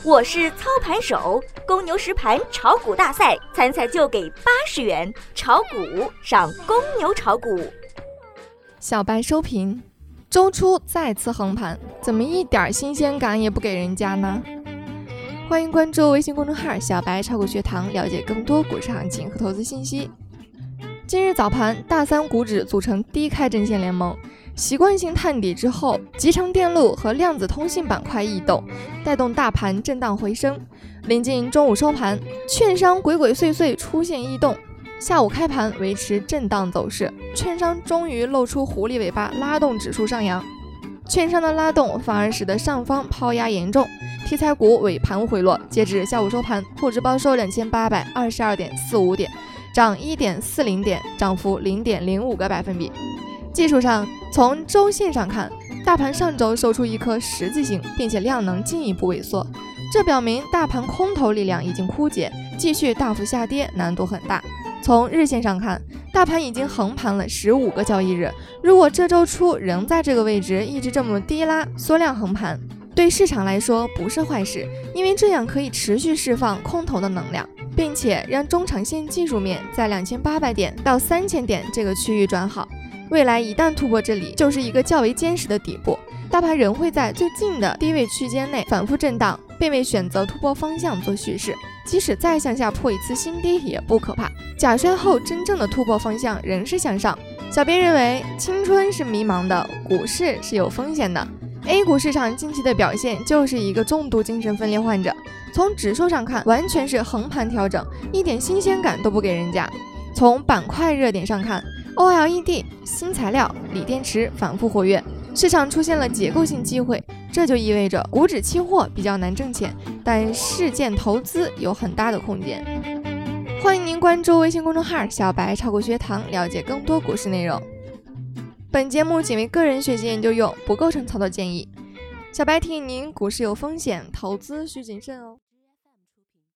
我是操盘手，公牛实盘炒股大赛，参赛就给80元，炒股上公牛炒股。 小白收评，周初再次横盘，怎么一点新鲜感也不给人家呢？欢迎关注微信公众号小白炒股学堂，了解更多股市行情和投资信息。今日早盘，大三股指组成低开阵线联盟，习惯性探底之后，集成电路和量子通信板块异动，带动大盘震荡回升。临近中午收盘，券商鬼鬼祟祟出现异动，下午开盘维持震荡走势，券商终于露出狐狸尾巴，拉动指数上扬。券商的拉动反而使得上方抛压严重，题材股尾盘回落。截至下午收盘，沪指报收2822.45点，涨1.40点，涨幅0.05个百分比。技术上，从周线上看，大盘上周收出一颗十字星，并且量能进一步萎缩，这表明大盘空头力量已经枯竭，继续大幅下跌难度很大。从日线上看，大盘已经横盘了15个交易日，如果这周初仍在这个位置一直这么低拉缩量横盘，对市场来说不是坏事，因为这样可以持续释放空头的能量，并且让中长线技术面在2800点到3000点这个区域转好。未来一旦突破这里，就是一个较为坚实的底部，大盘仍会在最近的低位区间内反复震荡，并未选择突破方向做蓄势，即使再向下破一次新低也不可怕。假摔后真正的突破方向仍是向上。小编认为，青春是迷茫的，股市是有风险的。A 股市场近期的表现就是一个重度精神分裂患者，从指数上看完全是横盘调整，一点新鲜感都不给人家。从板块热点上看， OLED、新材料、锂电池反复活跃，市场出现了结构性机会，这就意味着股指期货比较难挣钱，但事件投资有很大的空间。欢迎您关注微信公众号小白炒股学堂，了解更多股市内容。本节目仅为个人学习研究用，不构成操作建议。小白提醒您，股市有风险，投资需谨慎哦。